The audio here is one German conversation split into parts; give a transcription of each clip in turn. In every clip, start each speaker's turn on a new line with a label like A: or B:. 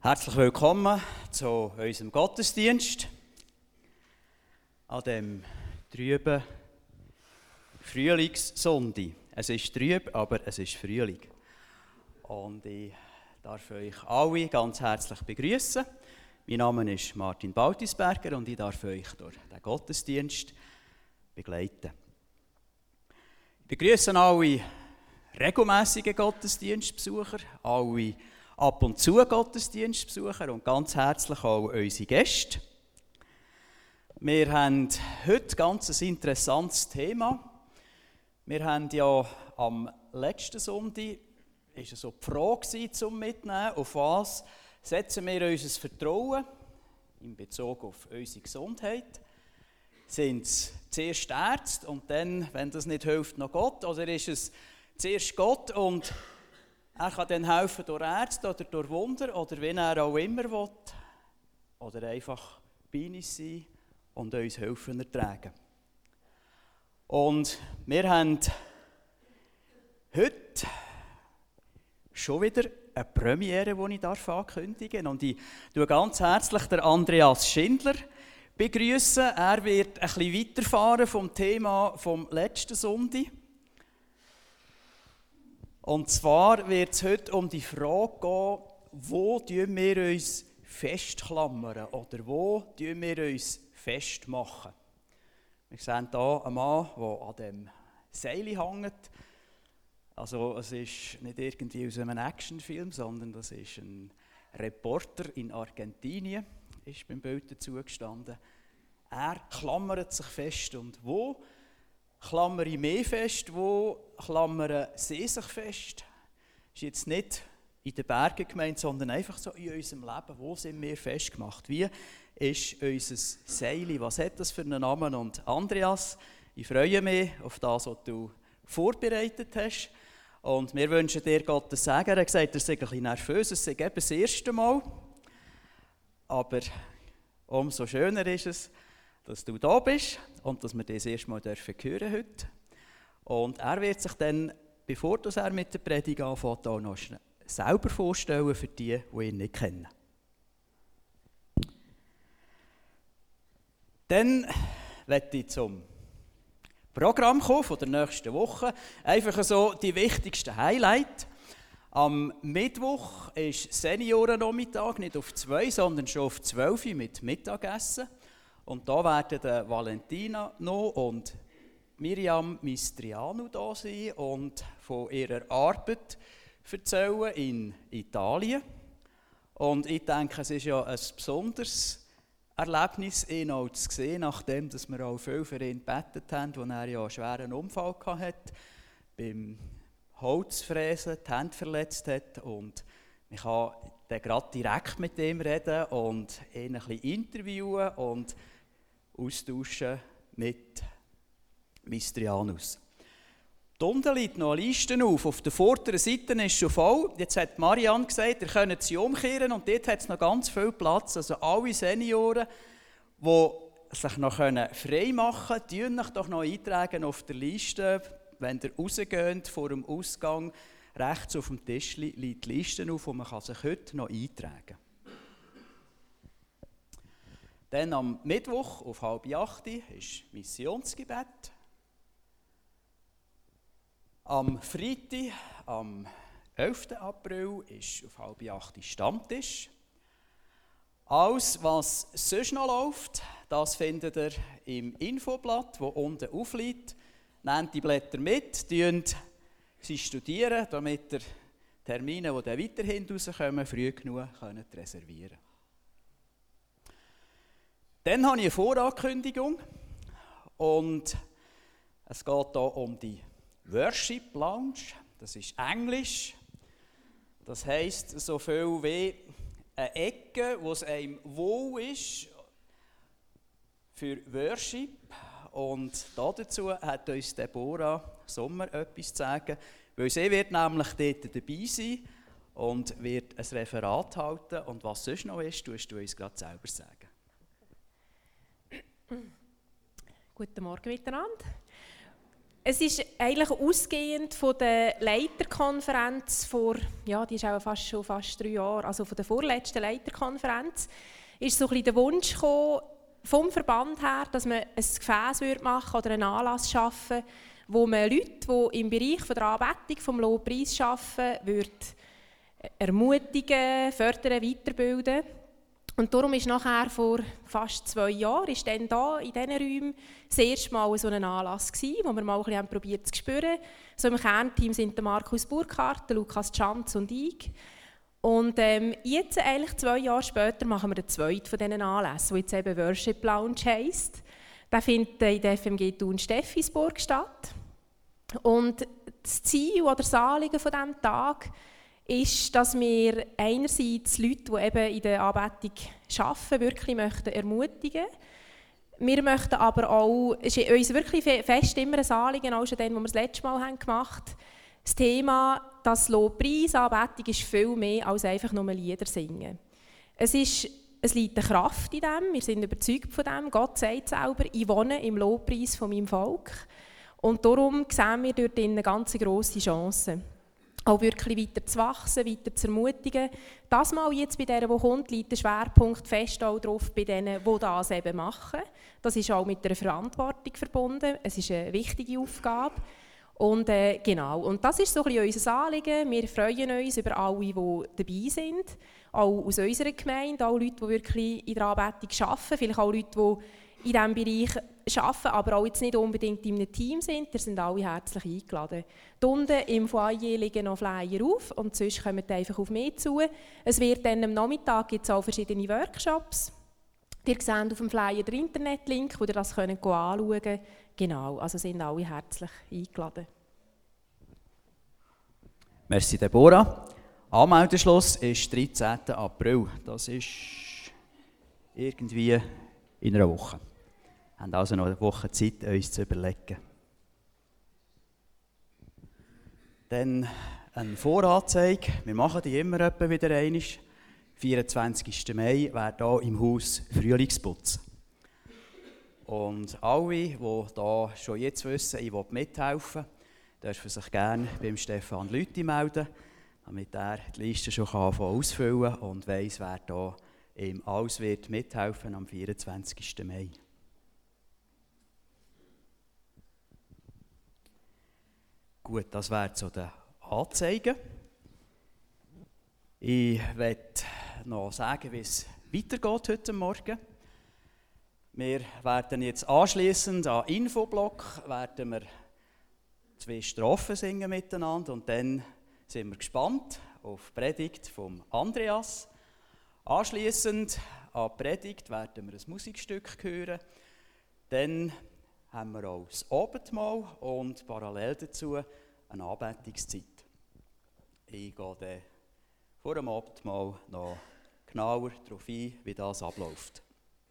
A: Herzlich willkommen zu unserem Gottesdienst an dem trüben Frühlingssonntag. Es ist trüb, aber es ist Frühling. Und ich darf euch alle ganz herzlich begrüßen. Mein Name ist Martin Baltisberger und ich darf euch durch den Gottesdienst begleiten. Ich begrüße alle regelmäßigen Gottesdienstbesucher, alle ab und zu Gottesdienstbesucher und ganz herzlich auch unsere Gäste. Wir haben heute ganz ein interessantes Thema. Wir haben ja am letzten Sonntag, ist es so die Frage zum Mitnehmen, auf was setzen wir unser Vertrauen in Bezug auf unsere Gesundheit? Sind es zuerst Ärzte und dann, wenn das nicht hilft, noch Gott? Oder ist es zuerst Gott und er kann dann helfen durch Ärzte oder durch Wunder oder wie er auch immer will. Oder einfach bei uns sein und uns helfen ertragen. Und wir haben heute schon wieder eine Premiere, die ich ankündigen darf. Und ich begrüße ganz herzlich den Andreas Schindler. Er wird ein bisschen weiterfahren vom Thema vom letzten Sonntag. Und zwar wird es heute um die Frage gehen, wo wir uns festklammern oder wo wir uns festmachen. Wir sehen hier einen Mann, der an dem Seil hängt. Also es ist nicht irgendwie aus einem Actionfilm, sondern das ist ein Reporter in Argentinien, ist beim Bild dazu gestanden. Er klammert sich fest. Und wo klammere ich mich fest, wo klammern sie sich fest? Das ist jetzt nicht in den Bergen gemeint, sondern einfach so in unserem Leben. Wo sind wir festgemacht? Wie ist unser Seil? Was hat das für einen Namen? Und Andreas, ich freue mich auf das, was du vorbereitet hast. Und wir wünschen dir Gottes Segen. Er hat gesagt, er sei ein bisschen nervös, es sei eben das erste Mal. Aber umso schöner ist es, dass du da bist und dass wir das erste Mal hören dürfen heute. Und er wird sich dann, bevor er mit der Predigt anfängt, auch noch selber vorstellen für die ihn nicht kennen. Dann möchte ich zum Programm kommen von der nächsten Woche. Einfach so die wichtigsten Highlights. Am Mittwoch ist Seniorennachmittag, nicht auf 2, sondern schon auf 12 mit Mittagessen. Und da werden Valentina noch und Miriam Mistriano da sein und von ihrer Arbeit erzählen in Italien. Und ich denke, es ist ja ein besonderes Erlebnis, ihn auch zu sehen, nachdem dass wir auch viel für ihn gebetet haben, als er ja einen schweren Unfall hatte, beim Holzfräsen die Hände verletzt hat. Und ich kann dann gerade direkt mit ihm reden und ihn ein bisschen interviewen und austauschen mit Mistrianus. Da unten liegt noch eine Liste auf. Auf der vorderen Seite ist schon voll. Jetzt hat Marianne gesagt, ihr könnt sie umkehren und dort hat es noch ganz viel Platz. Also alle Senioren, die sich noch frei machen können, tun euch doch noch eintragen auf der Liste. Wenn ihr rausgeht, vor dem Ausgang, rechts auf dem Tisch liegt die Liste auf und man kann sich heute noch eintragen. Dann am Mittwoch auf 7:30 ist Missionsgebet. Am Freitag, am 11. April, ist auf 7:30 Stammtisch. Alles, was sonst noch läuft, das findet ihr im Infoblatt, das unten aufliegt. Nehmt die Blätter mit, sie studieren, damit ihr Termine, die dann weiterhin rauskommen, früh genug reservieren könnt. Dann habe ich eine Vorankündigung und es geht hier um die Worship Lounge. Das ist Englisch. Das heisst so viel wie eine Ecke, wo es einem wohl ist für Worship. Und dazu hat uns Deborah Sommer etwas zu sagen, weil sie wird nämlich dort dabei sein und wird ein Referat halten. Und was sonst noch ist, tust du uns gerade selber sagen.
B: Guten Morgen miteinander. Es ist eigentlich ausgehend von der Leiterkonferenz die ist auch schon fast 3 Jahre, also von der vorletzten Leiterkonferenz, ist so ein bisschen der Wunsch gekommen, vom Verband her, dass man ein Gefäß machen oder einen Anlass schaffen, wo man Leute, die im Bereich der Anbetung vom Lobpreis arbeiten, würde ermutigen, fördern, weiterbilden. Und darum ist nachher vor fast 2 Jahren ist dann da in diesen Räumen das erste Mal so ein Anlass gewesen, wo wir mal ein bisschen probiert zu spüren. So im Kernteam sind der Markus Burkhardt, der Lukas Tschanz und ich. Und jetzt, eigentlich 2 Jahre später, machen wir den zweiten von diesen Anlässen, der jetzt eben Worship Lounge heisst. Der findet in der FMG Thun Steffisburg statt. Und das Ziel oder das Anliegen von diesem Tag ist, dass wir einerseits Leute, die eben in der Anbetung arbeiten, wirklich möchten ermutigen. Wir möchten aber auch, es ist uns wirklich fest immer ein Anliegen, auch schon dann, wo wir das letzte Mal haben gemacht haben, das Thema, dass Lobpreis, Anbetung ist viel mehr als einfach nur Lieder singen. Es liegt eine Kraft in dem, wir sind überzeugt von dem. Gott sagt selber, ich wohne im Lobpreis von meinem Volk. Und darum sehen wir dort eine ganz grosse Chance. Auch wirklich weiter zu wachsen, weiter zu ermutigen. Das Mal jetzt bei der kommt, liegt der Schwerpunkt fest auch darauf, bei denen, die das eben machen. Das ist auch mit einer Verantwortung verbunden. Es ist eine wichtige Aufgabe. Und genau, und das ist so ein bisschen unser Anliegen. Wir freuen uns über alle, die dabei sind, auch aus unserer Gemeinde, auch Leute, die wirklich in der Anbetung arbeiten, vielleicht auch Leute, die in diesem Bereich arbeiten, aber auch jetzt nicht unbedingt in einem Team sind. Ihr sind alle herzlich eingeladen. Hier unten im Foyer liegen noch Flyer auf und sonst kommt einfach auf mich zu. Es wird dann am Nachmittag gibt's auch verschiedene Workshops. Ihr seht auf dem Flyer den Internetlink, wo ihr das anschauen könnt. Genau, also sind alle herzlich eingeladen.
A: Merci Deborah. Anmeldeschluss ist 13. April. Das ist irgendwie in einer Woche. Wir haben also noch eine Woche Zeit, uns zu überlegen. Dann eine Voranzeige. Wir machen die immer etwa wieder einmal. 24. Mai wäre hier im Haus Frühlingsputz. Und alle, die hier schon jetzt wissen, ich will mithelfen, dürfen sich gerne beim Stefan Lüthi melden, damit er die Liste schon ausfüllen kann und weiss, wer hier ihm alles wird mithelfen am 24. Mai. Gut, das wäre zu den Anzeigen. Ich möchte noch sagen, wie es weitergeht heute Morgen. Wir werden jetzt anschliessend an Infoblock 2 Strophen singen miteinander und dann sind wir gespannt auf die Predigt von Andreas. Anschliessend an die Predigt werden wir ein Musikstück hören. Dann haben wir auch das Abendmahl und parallel dazu eine Anbetungszeit. Ich gehe dann vor dem Abendmahl noch genauer darauf ein, wie das abläuft.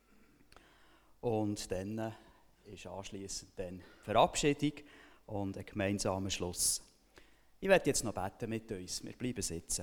A: Und dann ist anschliessend die Verabschiedung und ein gemeinsamer Schluss. Ich werde jetzt noch beten mit uns. Wir bleiben sitzen.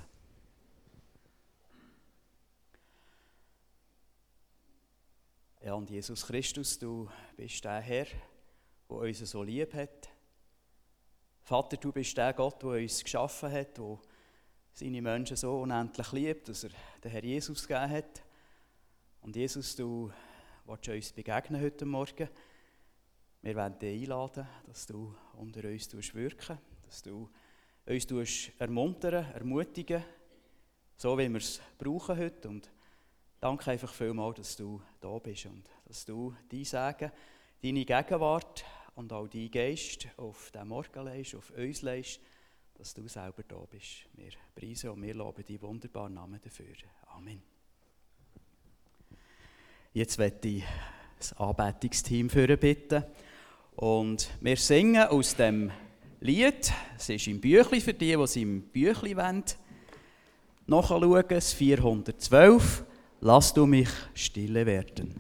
A: Ja, und Jesus Christus, du bist der Herr, der uns so lieb hat. Vater, du bist der Gott, der uns geschaffen hat, der seine Menschen so unendlich liebt, dass er den Herr Jesus gegeben hat. Und Jesus, du willst uns begegnen heute Morgen. Wir wollen dich einladen, dass du unter uns wirken, dass du uns ermuntern, ermutigen, so wie wir es brauchen heute. Und danke einfach vielmals, dass du da bist und dass du dein Sagen, deine Gegenwart und auch dein Geist auf diesen Morgen legst, auf uns legst, dass du selber da bist. Wir preisen und wir loben deinen wunderbaren Namen dafür. Amen. Jetzt möchte ich das Anbetungsteam bitten. Und wir singen aus dem Lied, es ist im Büchlein für die es im Büchlein nachschauen wollen, das 412, «Lass du mich stille werden».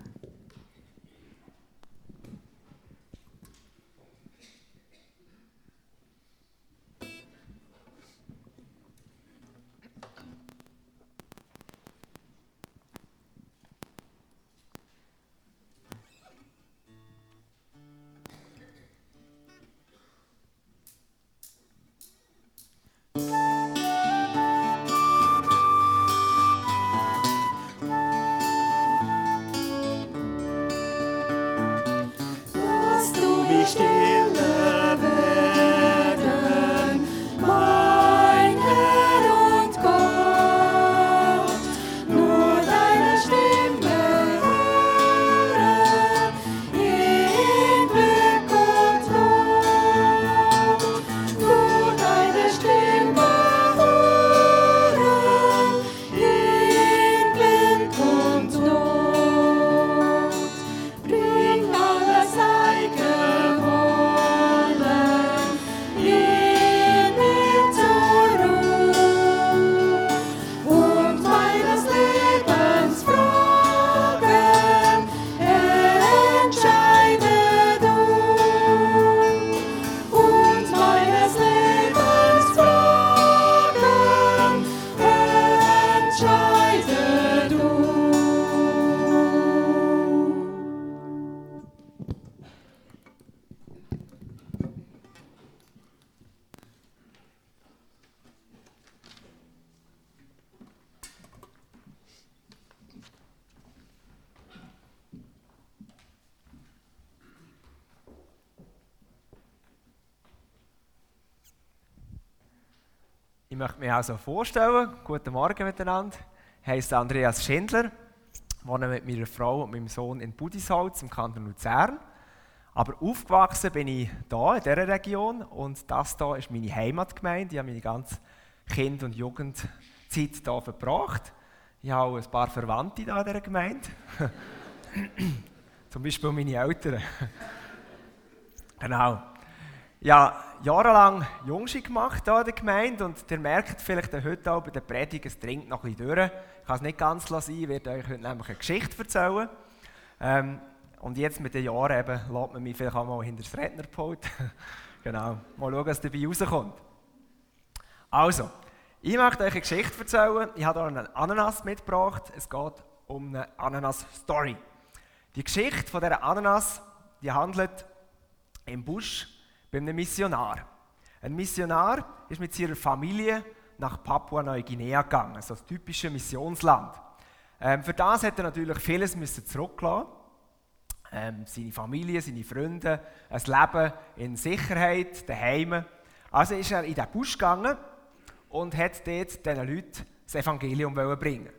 C: Ich möchte mich also vorstellen. Guten Morgen miteinander. Ich heiße Andreas Schindler, wohne mit meiner Frau und meinem Sohn in Budisholz im Kanton Luzern. Aber aufgewachsen bin ich hier in dieser Region und das hier ist meine Heimatgemeinde. Ich habe meine ganze Kind- und Jugendzeit hier verbracht. Ich habe auch ein paar Verwandte hier in dieser Gemeinde. Zum Beispiel meine Eltern. Genau. Ja, jahrelang Jungschi gemacht hier in der Gemeinde und ihr merkt vielleicht heute auch bei der Predigt, es dringt noch ein bisschen durch. Ich kann es nicht ganz lassen, ich werde euch heute nämlich eine Geschichte erzählen. Und jetzt mit den Jahren eben, lässt man mich vielleicht auch mal hinter das Rednerpult. Genau, mal schauen, was dabei rauskommt. Also, ich möchte euch eine Geschichte erzählen. Ich habe hier einen Ananas mitgebracht. Es geht um eine Ananas-Story. Die Geschichte von dieser Ananas, die handelt im Busch bei einem Missionar. Ein Missionar ist mit seiner Familie nach Papua-Neuguinea gegangen, so ein typisches Missionsland. Für das hat er natürlich vieles zurücklassen. Seine Familie, seine Freunde, ein Leben in Sicherheit, daheim. Also ist er in den Busch gegangen und hat dort diesen Leuten das Evangelium bringen.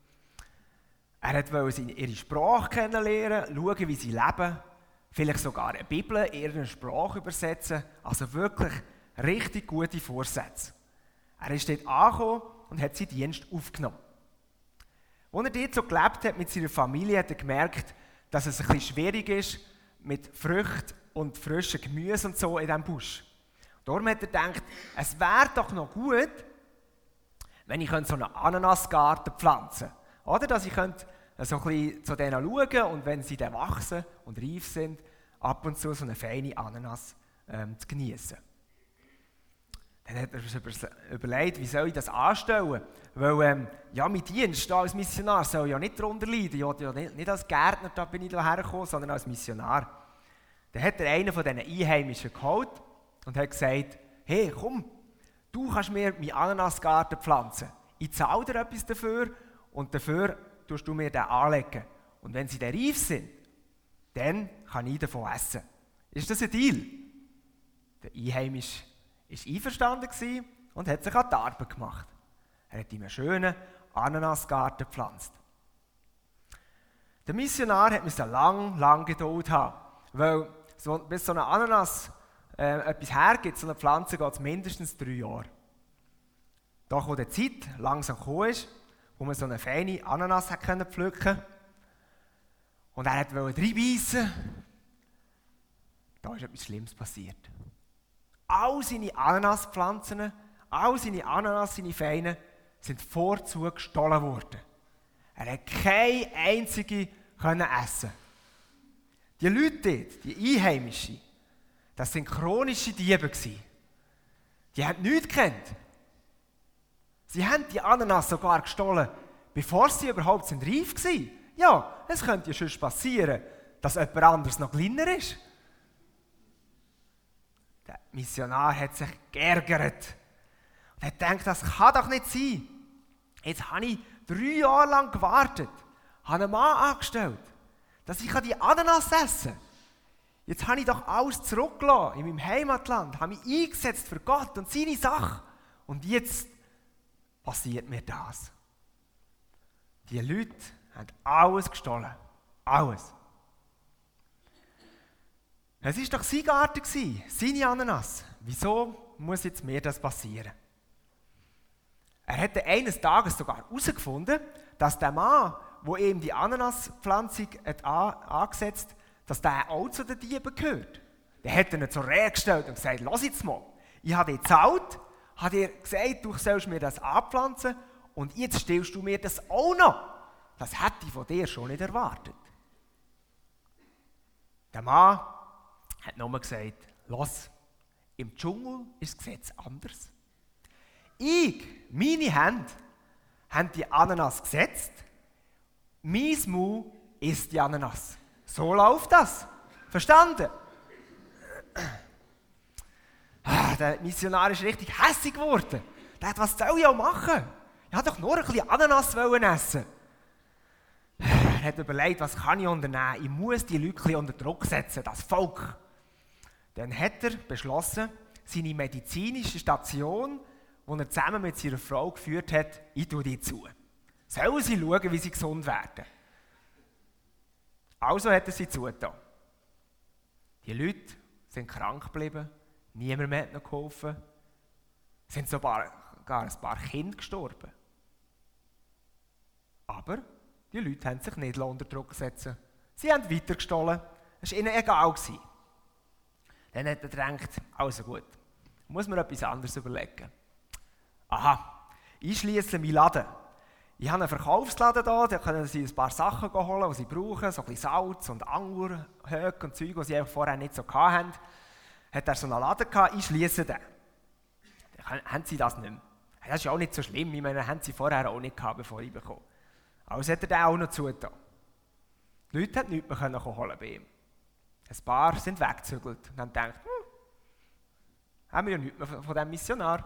C: Er wollte ihre Sprache kennenlernen, schauen, wie sie leben, vielleicht sogar eine Bibel in ihrer Sprache übersetzen. Also wirklich richtig gute Vorsätze. Er ist dort angekommen und hat seinen Dienst aufgenommen. Als er dort so gelebt hat mit seiner Familie, hat er gemerkt, dass es ein bisschen schwierig ist mit Früchten und frischem Gemüse und so in diesem Busch. Darum hat er gedacht, es wäre doch noch gut, wenn ich so einen Ananasgarten pflanzen könnte. Oder dass ich so ein bisschen zu denen schauen und wenn sie dann wachsen und reif sind, ab und zu so eine feine Ananas zu genießen. Dann hat er sich überlegt, wie soll ich das anstellen? Weil mein Dienst als Missionar soll ja nicht darunter leiden. Ich will ja nicht als Gärtner da bin ich hierher gekommen, sondern als Missionar. Dann hat er einen von diesen Einheimischen geholt und hat gesagt, hey komm, du kannst mir meinen Ananasgarten pflanzen. Ich zahle dir etwas dafür und dafür tust du mir den anlegen. Und wenn sie dann reif sind, dann kann ich davon essen. Ist das ein Deal? Der Einheimische war einverstanden und hat sich an die Arbeit gemacht. Er hat ihm einen schönen Ananasgarten gepflanzt. Der Missionar musste lang Geduld haben, weil bis so eine Ananas etwas hergibt, so eine Pflanze geht es mindestens 3 Jahre. Doch wo die Zeit langsam gekommen ist, wo man so eine feine Ananas pflücken konnte, und er wollte reinbeissen, da ist etwas Schlimmes passiert. All seine Ananaspflanzen, all seine Ananas, seine Feinen, sind vorzu gestohlen worden. Er hat keine einzige essen. Die Leute dort, die Einheimischen, das waren chronische Diebe. Die haben nichts gekannt. Sie haben die Ananas sogar gestohlen, bevor sie überhaupt reif waren. Ja, es könnte ja schon passieren, dass jemand anderes noch kleiner ist. Der Missionar hat sich geärgert und hat gedacht, das kann doch nicht sein. Jetzt habe ich 3 Jahre lang gewartet, habe einen Mann angestellt, dass ich die Ananas essen kann. Jetzt habe ich doch alles zurückgelassen in meinem Heimatland, habe mich eingesetzt für Gott und seine Sache. Und jetzt passiert mir das. Die Leute haben alles gestohlen. Alles. Es war doch sein Garten, seine Ananas. Wieso muss jetzt mir das passieren? Er hat eines Tages sogar herausgefunden, dass der Mann, der ihm die Ananaspflanzung angesetzt hat, dass der auch zu den Dieben gehört. Der hat ihn zur Rede gestellt und gesagt, lass jetzt mal, ich habe dir gezahlt, habe dir gesagt, du sollst mir das anpflanzen und jetzt stellst du mir das auch noch. Das hätte ich von dir schon nicht erwartet. Der Mann hat nur gesagt, lass, im Dschungel ist das Gesetz anders. Meine Hände haben die Ananas gesetzt, mein Maul isst die Ananas. So läuft das. Verstanden? Der Missionar ist richtig hässig geworden. Der hat, was soll ich auch machen? Ich wollte doch nur ein bisschen Ananas essen. Er hat überlegt, was kann ich unternehmen? Ich muss die Leute unter Druck setzen, das Volk. Dann hat er beschlossen, seine medizinische Station, den er zusammen mit seiner Frau geführt hat, ich tue die zu. Sollen sie schauen, wie sie gesund werden. Also hat er sie zugetan. Die Leute sind krank geblieben, niemand mehr hat noch geholfen. Es sind sogar ein paar Kinder gestorben. Aber die Leute haben sich nicht unter Druck setzen. Sie haben weiter gestohlen, es war ihnen egal. Dann hat er gedacht, also gut, muss mir etwas anderes überlegen. Aha, ich schliesse meinen Laden. Ich habe einen Verkaufsladen hier, da können sie ein paar Sachen holen, die sie brauchen, so ein bisschen Salz und Angerhöcke und Zeug, die sie vorher nicht so hatten. Hat er so einen Laden gehabt, ich schliesse den. Dann haben sie das nicht mehr. Das ist auch nicht so schlimm, ich meine, haben sie vorher auch nicht gehabt, bevor ich bekomme. Also hat er den auch noch zugetan. Die Leute konnten nichts mehr holen bei ihm. Ein paar sind weggezügelt und haben gedacht, haben wir ja nichts mehr von diesem Missionar.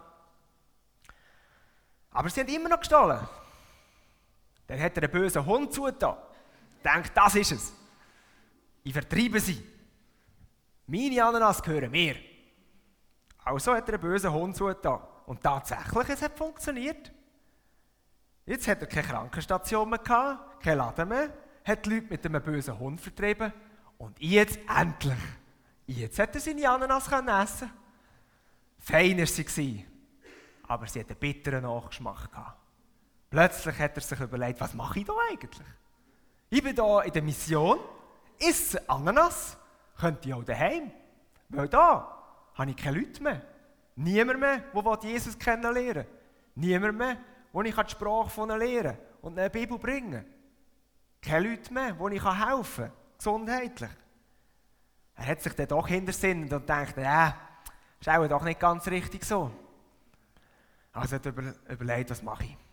C: Aber sie haben immer noch gestohlen. Dann hat er einen bösen Hund zugetan. Denkt, das ist es. Ich vertreibe sie. Meine Ananas gehören mir. Also hat er einen bösen Hund zugetan. Und tatsächlich, es hat funktioniert. Jetzt hat er keine Krankenstation mehr gehabt, keinen Laden mehr, hat die Leute mit einem bösen Hund vertrieben. Und jetzt endlich, jetzt hat er seine Ananas essen. Fein war sie, aber sie hat einen bitteren Nachgeschmack gehabt. Plötzlich hat er sich überlegt, was mache ich da eigentlich? Ich bin hier in der Mission, esse Ananas, könnte ich auch daheim. Weil da habe ich keine Leute mehr. Niemand mehr, der Jesus kennenlernen will. Niemand mehr, wo ich die Sprache von ihnen lernen und eine Bibel bringen. Keine Leute mehr, wo ich helfen kann, gesundheitlich. Er hat sich dann doch hintersinnt und denkt, ist auch doch nicht ganz richtig so. Also hat er überlegt, was mache ich.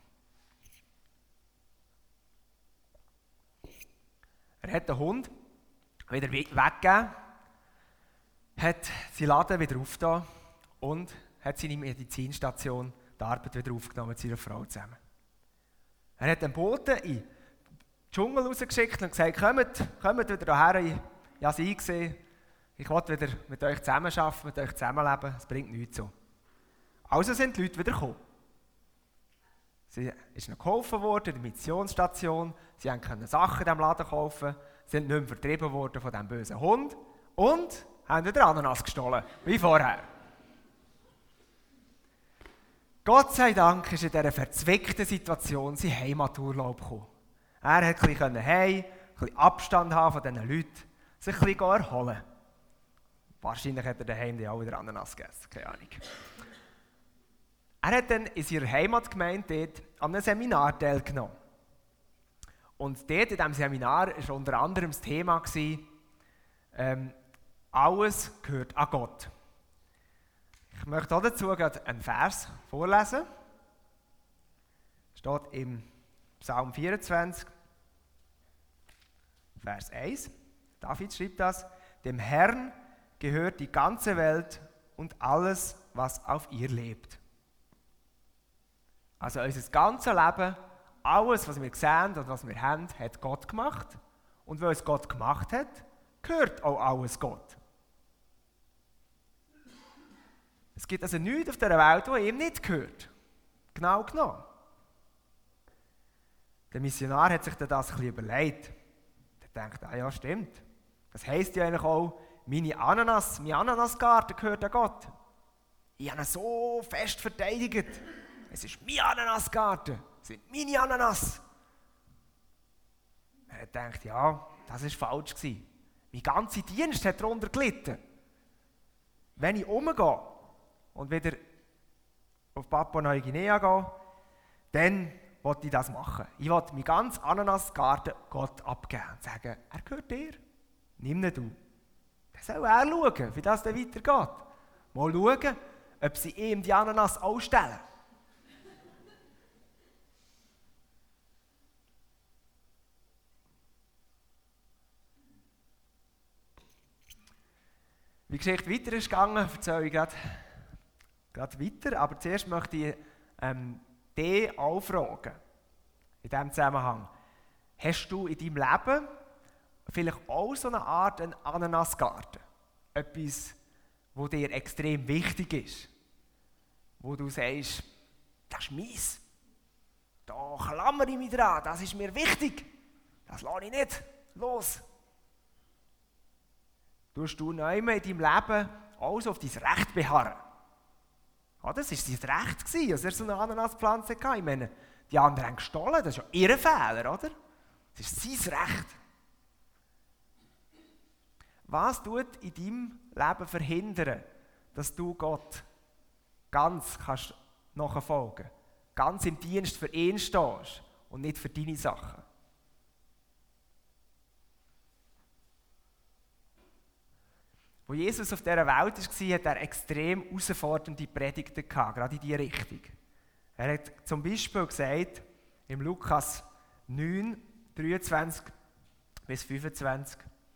C: Er hat den Hund wieder weggegeben, hat seinen Laden wieder aufgetan und hat seine Medizinstation, die Arbeit wieder aufgenommen mit seiner Frau zusammen. Er hat den Boten in den Dschungel rausgeschickt und gesagt, kommt wieder hierher, ich habe sie eingesehen, ich will wieder mit euch zusammenarbeiten, mit euch zusammenleben, es bringt nichts so. Also sind die Leute wieder gekommen. Sie ist noch geholfen worden in der Missionsstation, sie konnten Sachen in diesem Laden kaufen, sind nicht mehr vertrieben worden von diesem bösen Hund und haben wieder Ananas gestohlen, wie vorher. Gott sei Dank ist in dieser verzwickten Situation sein Heimaturlaub gekommen. Er konnte ein bisschen Abstand haben von diesen Leuten, sich ein bisschen erholen. Wahrscheinlich hat er daheim auch wieder Ananas gegessen, keine Ahnung. Er hat dann in seiner Heimatgemeinde dort an einem Seminar teilgenommen. Und dort in diesem Seminar war unter anderem das Thema, alles gehört an Gott. Ich möchte auch dazu einen Vers vorlesen. Steht im Psalm 24, Vers 1. David schreibt das: Dem Herrn gehört die ganze Welt und alles, was auf ihr lebt. Also unser ganzes Leben, alles, was wir sehen und was wir haben, hat Gott gemacht. Und weil es Gott gemacht hat, gehört auch alles Gott. Es gibt also nichts auf dieser Welt, das ihm nicht gehört. Genau genommen. Der Missionar hat sich das ein bisschen überlegt. Er denkt, ja stimmt. Das heisst ja eigentlich auch, mein Ananasgarten gehört an Gott. Ich habe ihn so fest verteidigt. Es ist mein Ananasgarten. Es sind meine Ananas. Er denkt, ja, das war falsch gewesen. Mein ganzer Dienst hat darunter gelitten. Wenn ich umgehe und wieder auf Papua-Neuguinea gehe, dann will ich das machen. Ich will meinen ganzen Ananasgarten Gott abgeben und sagen, er gehört dir, nimm ihn du. Dann soll er schauen, wie das dann weitergeht. Mal schauen, ob sie ihm die Ananas ausstellen. Wie die Geschichte weiter ist gegangen, erzähle ich gerade weiter. Aber zuerst möchte ich dich auch fragen, in diesem Zusammenhang. Hast du in deinem Leben vielleicht auch so eine Art einen Ananasgarten? Etwas, das dir extrem wichtig ist? Wo du sagst, das ist meins. Da klammere ich mich dran, das ist mir wichtig. Das lasse ich nicht los. Tust du neu in deinem Leben alles auf dein Recht beharren? Ja, das war sein Recht, als er so eine Ananaspflanze hatte. Ich meine, die anderen haben gestohlen, das ist ja ihr Fehler, oder? Das ist sein Recht. Was tut in deinem Leben verhindern, dass du Gott ganz kannst nachfolgen kannst, ganz im Dienst für ihn stehst und nicht für deine Sachen? Als Jesus auf dieser Welt war, hat er extrem herausfordernde Predigten gehabt, gerade in diese Richtung. Er hat zum Beispiel gesagt, im Lukas 9, 23 bis 25,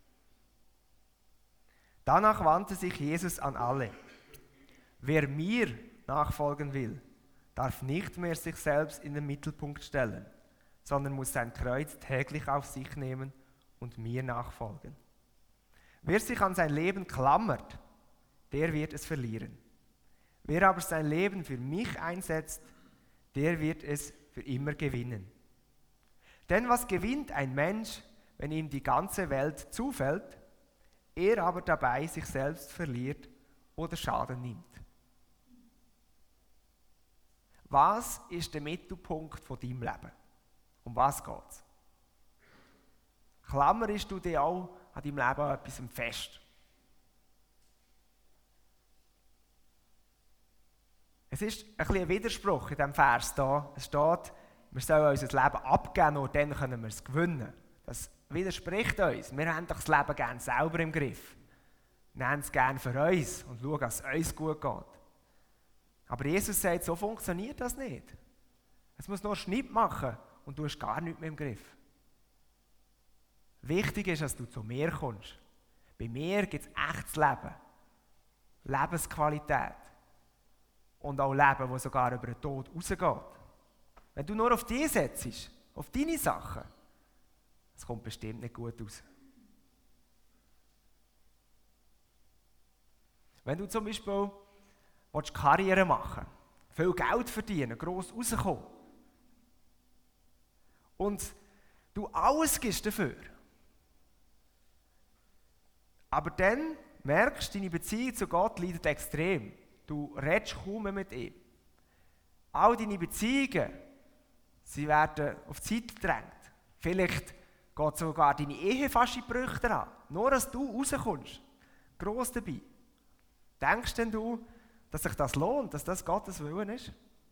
C: danach wandte sich Jesus an alle. Wer mir nachfolgen will, darf nicht mehr sich selbst in den Mittelpunkt stellen, sondern muss sein Kreuz täglich auf sich nehmen und mir nachfolgen. Wer sich an sein Leben klammert, der wird es verlieren. Wer aber sein Leben für mich einsetzt, der wird es für immer gewinnen. Denn was gewinnt ein Mensch, wenn ihm die ganze Welt zufällt, er aber dabei sich selbst verliert oder Schaden nimmt? Was ist der Mittelpunkt von deinem Leben? Um was geht es? Klammerst du dich auch an deinem Leben an etwas fest? Es ist ein bisschen ein Widerspruch in diesem Vers hier. Es steht, wir sollen unser Leben abgeben, nur dann können wir es gewinnen. Das widerspricht uns. Wir haben doch das Leben gerne selber im Griff. Wir haben es gerne für uns und schauen, dass es uns gut geht. Aber Jesus sagt, so funktioniert das nicht. Es muss nur Schnitt machen und du hast gar nichts mehr im Griff. Wichtig ist, dass du zu mir kommst. Bei mir gibt es echtes Leben. Lebensqualität. Und auch Leben, das sogar über den Tod rausgeht. Wenn du nur auf die setzt, auf deine Sachen, das kommt bestimmt nicht gut raus. Wenn du zum Beispiel Karriere machen willst, viel Geld verdienen, gross rauskommen und du alles gibst dafür, aber dann merkst du, deine Beziehung zu Gott leidet extrem. Du redest kaum mehr mit ihm. All deine Beziehungen, sie werden auf die Seite gedrängt. Vielleicht geht sogar deine Ehe fast in die Brüche dran. Nur, dass du rauskommst. Gross dabei. Denkst denn du, dass sich das lohnt, dass das Gottes Willen ist?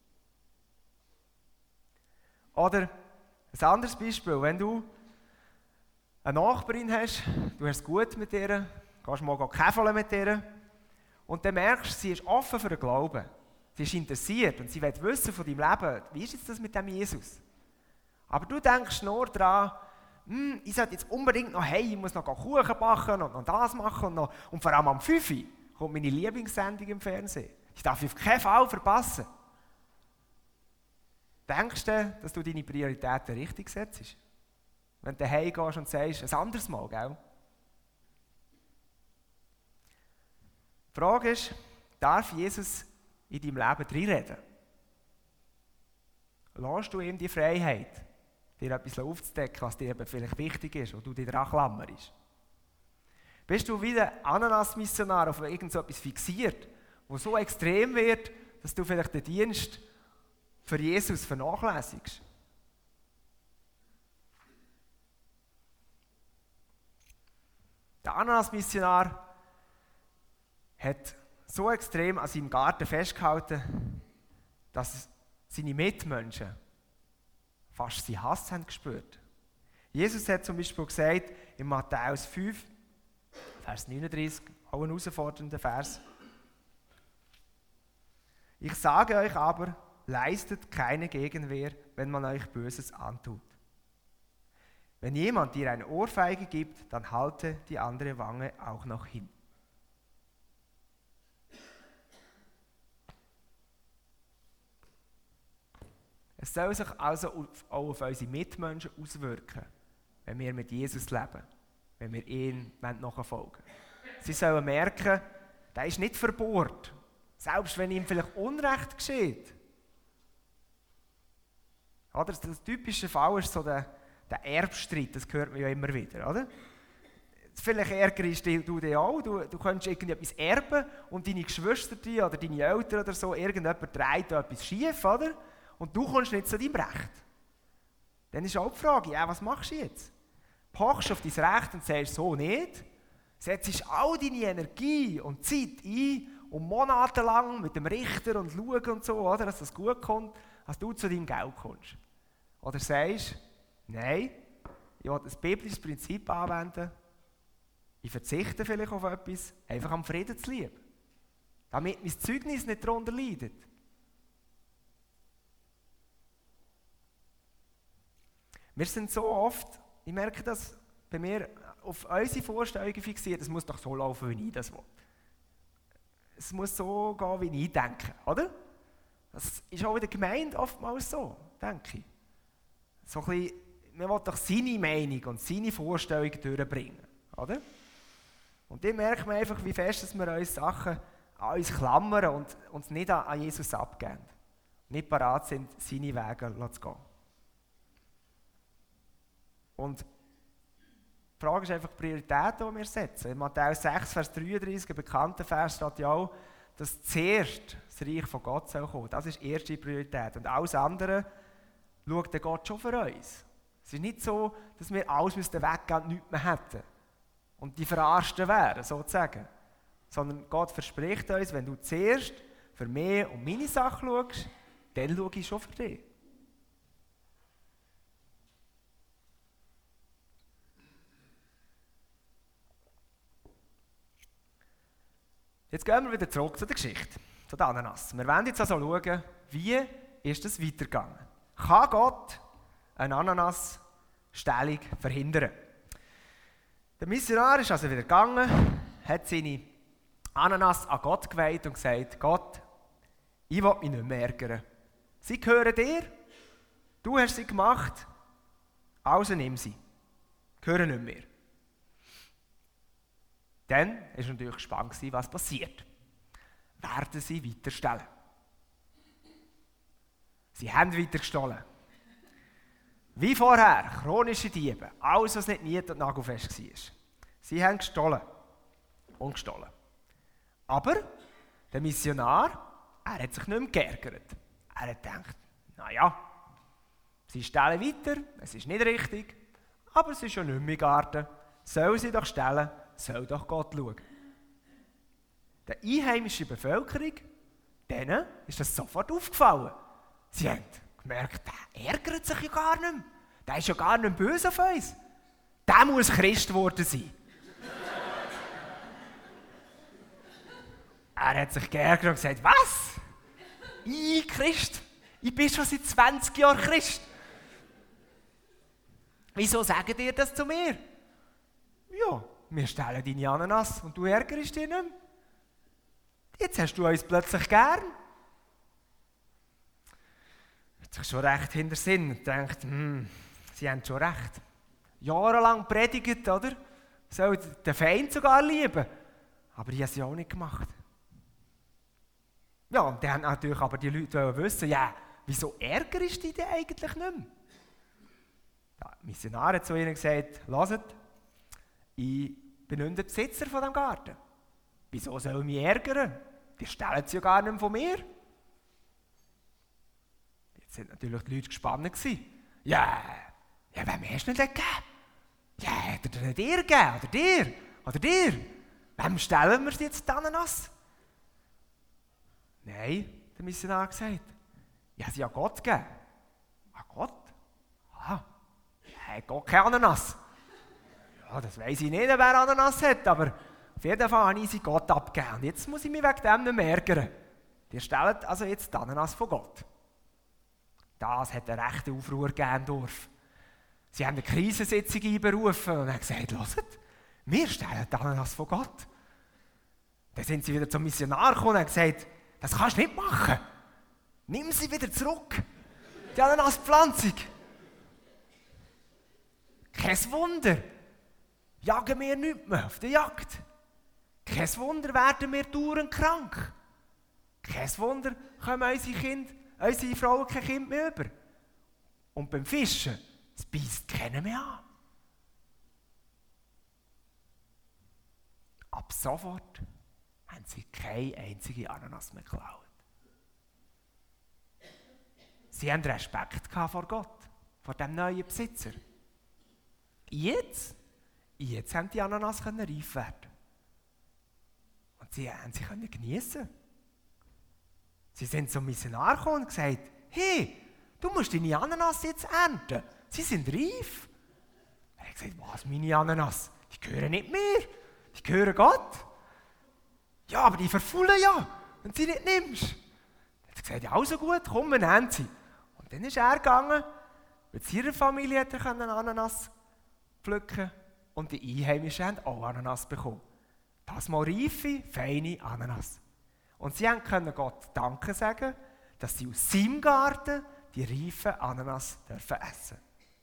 C: Oder ein anderes Beispiel, wenn du eine Nachbarin hast, du hast es gut mit ihr, gehst mal käfeln mit ihr und dann merkst du, sie ist offen für den Glauben. Sie ist interessiert und sie will wissen von deinem Leben, wie ist jetzt das mit dem Jesus? Aber du denkst nur daran, ich sollte jetzt unbedingt noch ich muss noch Kuchen backen und noch das machen und vor allem am 5 Uhr kommt meine Lieblingssendung im Fernsehen. Ich darf auf keinen Fall verpassen. Denkst du, dass du deine Prioritäten richtig setzt? Wenn du heimgehst und sagst, ein anderes Mal, gell? Die Frage ist, darf Jesus in deinem Leben reinreden? Lässt du ihm die Freiheit, dir etwas aufzudecken, was dir eben vielleicht wichtig ist, wo du dich daran klammerst? Bist du wie der Ananas-Missionar auf irgendetwas fixiert, wo so extrem wird, dass du vielleicht den Dienst für Jesus vernachlässigst? Der Ananas-Missionar hat so extrem an seinem Garten festgehalten, dass seine Mitmenschen fast seinen Hass haben gespürt. Jesus hat zum Beispiel gesagt, in Matthäus 5, Vers 39, auch ein herausfordernder Vers. Ich sage euch aber, leistet keine Gegenwehr, wenn man euch Böses antut. Wenn jemand dir eine Ohrfeige gibt, dann halte die andere Wange auch noch hin. Es soll sich also auch auf unsere Mitmenschen auswirken, wenn wir mit Jesus leben, wenn wir ihm nachfolgen. Sie sollen merken, der ist nicht verbohrt, selbst wenn ihm vielleicht Unrecht geschieht. Oder? Das typische Fall ist so der Erbstreit, das hört man ja immer wieder. Oder? Vielleicht ärgerst du dich auch, du könntest irgendetwas erben und deine Geschwister oder deine Eltern oder so, irgendjemand dreht da etwas schief, oder? Und du kommst nicht zu deinem Recht. Dann ist auch die Frage, ja, was machst du jetzt? Pochst auf dein Recht und sagst so nicht, setzt all deine Energie und Zeit ein, um monatelang mit dem Richter und schauen und so, oder, dass das gut kommt, dass du zu deinem Geld kommst. Oder sagst, nein, ich will ein biblisches Prinzip anwenden, ich verzichte vielleicht auf etwas, einfach am Frieden zu lieben. Damit mein Zeugnis nicht darunter leidet. Wir sind so oft, ich merke das bei mir, auf unsere Vorstellungen fixiert, es muss doch so laufen, wie ich das will. Es muss so gehen, wie ich denke, oder? Das ist auch in der Gemeinde oftmals so, denke ich. So ein bisschen, man will doch seine Meinung und seine Vorstellungen durchbringen, oder? Und dann merkt man einfach, wie fest dass wir uns Sachen an uns klammern und uns nicht an Jesus abgeben. Nicht bereit sind, seine Wege zu gehen. Und die Frage ist einfach die Priorität, die wir setzen. In Matthäus 6, Vers 33, ein bekannter Vers, steht ja auch, dass zuerst das Reich von Gott soll kommen. Das ist die erste Priorität. Und alles andere schaut der Gott schon für uns. Es ist nicht so, dass wir alles weggehen und nichts mehr hätten. Und die Verarschten wären, sozusagen. Sondern Gott verspricht uns, wenn du zuerst für mich und meine Sache schaust, dann schaue ich schon für dich. Jetzt gehen wir wieder zurück zu der Geschichte, zu der Ananas. Wir wollen jetzt also schauen, wie ist es weitergegangen. Kann Gott eine Ananasstellung verhindern? Der Missionar ist also wieder gegangen, hat seine Ananas an Gott geweiht und gesagt, Gott, ich will mich nicht mehr ärgern. Sie gehören dir, du hast sie gemacht, also nimm sie. Gehören nicht mehr. Dann war er natürlich gespannt, was passiert. Werden sie weiter stehlen? Sie haben weiter gestohlen. Wie vorher, chronische Diebe, alles, was nicht nied- und nagelfest war. Sie haben gestohlen und gestohlen. Aber der Missionar, er hat sich nicht mehr geärgert. Er hat gedacht, naja, sie stehlen weiter, es ist nicht richtig, aber es ist ja nicht mehr im Garten. Sollen sie doch stehlen, soll doch Gott schauen. Der einheimischen Bevölkerung, denen ist das sofort aufgefallen. Sie haben gemerkt, der ärgert sich ja gar nicht mehr. Der ist ja gar nicht böse auf uns. Der muss Christ geworden sein. Er hat sich geärgert und gesagt, was? Ich Christ? Ich bin schon seit 20 Jahren Christ. Wieso sagt ihr das zu mir? Ja, wir stehlen deine Ananas und du ärgerst dich nicht mehr. Jetzt hast du uns plötzlich gern. Hat sich schon recht hinter Sinn und denkt, sie haben schon recht. Jahrelang predigt, oder? Soll den Feind sogar lieben. Aber ich habe es ja auch nicht gemacht. Ja, und dann haben natürlich aber die Leute wissen, ja, wieso ärgerst du dich denn eigentlich nicht mehr? Der Missionar hat zu ihnen gesagt, hört, ich bin nicht der Besitzer von diesem Garten. Wieso soll ich mich ärgern? Die stellen es ja gar nicht von mir. Jetzt sind natürlich die Leute gespannt gewesen. Ja, wem hast du nicht gegeben? Ja, hat er dir gegeben? Oder dir? Oder dir? Wem stellen wir jetzt die Ananas? Nein, der Missionar hat gesagt. Ja, sie hat Gott gegeben. Ah, Gott? Ah, hat Gott keine Ananas? Ja, das weiss ich nicht, wer Ananas hat, aber auf jeden Fall habe ich sie Gott abgegeben. Und jetzt muss ich mich wegen dem nicht mehr ärgern. Ihr stellt also jetzt die Ananas von Gott. Das hat einen rechten Aufruhr gegeben Dorf. Sie haben eine Krisensitzung einberufen und haben gesagt, hört, wir stellen die Ananas von Gott. Dann sind sie wieder zum Missionar gekommen und haben gesagt, das kannst du nicht machen. Nimm sie wieder zurück. Die Ananaspflanzung. Kein Wunder. Jagen wir nicht mehr auf der Jagd. Kein Wunder werden wir dauernd krank. Kein Wunder kommen unsere Kinder, unsere Frauen kein Kind mehr über. Und beim Fischen, es beißt keiner mehr an. Ab sofort haben sie keine einzige Ananas mehr geklaut. Sie haben Respekt vor Gott, vor dem neuen Besitzer. Jetzt haben die Ananas reif werden. Und sie können genießen. Sie sind zum Missionar gekommen und gesagt, hey, du musst deine Ananas jetzt ernten. Sie sind reif. Er hat gesagt, was, meine Ananas? Die gehören nicht mir. Die gehören Gott. Ja, aber die verfaulen ja, wenn du sie nicht nimmst. Er hat gesagt, ja, also gut, komm, wir nehmen sie. Und dann ist er gegangen, mit seiner Familie hat er Ananas pflücken und die Einheimischen haben auch Ananas bekommen. Das mal reife, feine Ananas. Und sie können Gott Danke sagen, dass sie aus seinem Garten die reifen Ananas dürfen essen.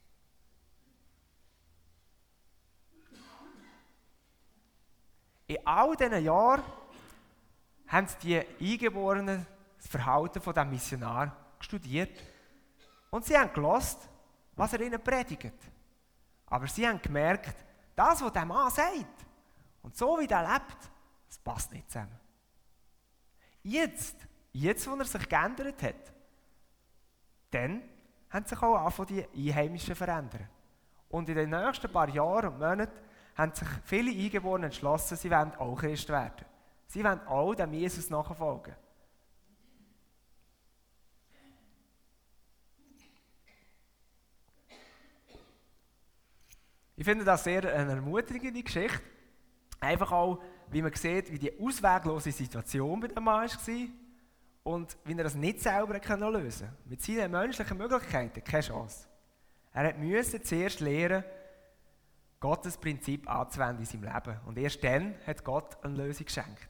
C: In all diesen Jahren haben die Eingeborenen das Verhalten von diesem Missionar studiert und sie haben gehört, was er ihnen predigt. Aber sie haben gemerkt, das, was der Mann sagt und so wie er lebt, das passt nicht zusammen. Jetzt, wo er sich geändert hat, dann haben sich auch angefangen, die Einheimischen zu verändern. Und in den nächsten paar Jahren und Monaten haben sich viele Eingeborene entschlossen, sie wollen auch Christ werden. Sie wollen auch dem Jesus nachfolgen. Ich finde das sehr eine ermutigende Geschichte. Einfach auch, wie man sieht, wie die ausweglose Situation bei dem Mann war und wie er das nicht selber lösen konnte. Mit seinen menschlichen Möglichkeiten keine Chance. Er musste zuerst lernen, Gottes Prinzip anzuwenden in seinem Leben. Und erst dann hat Gott eine Lösung geschenkt.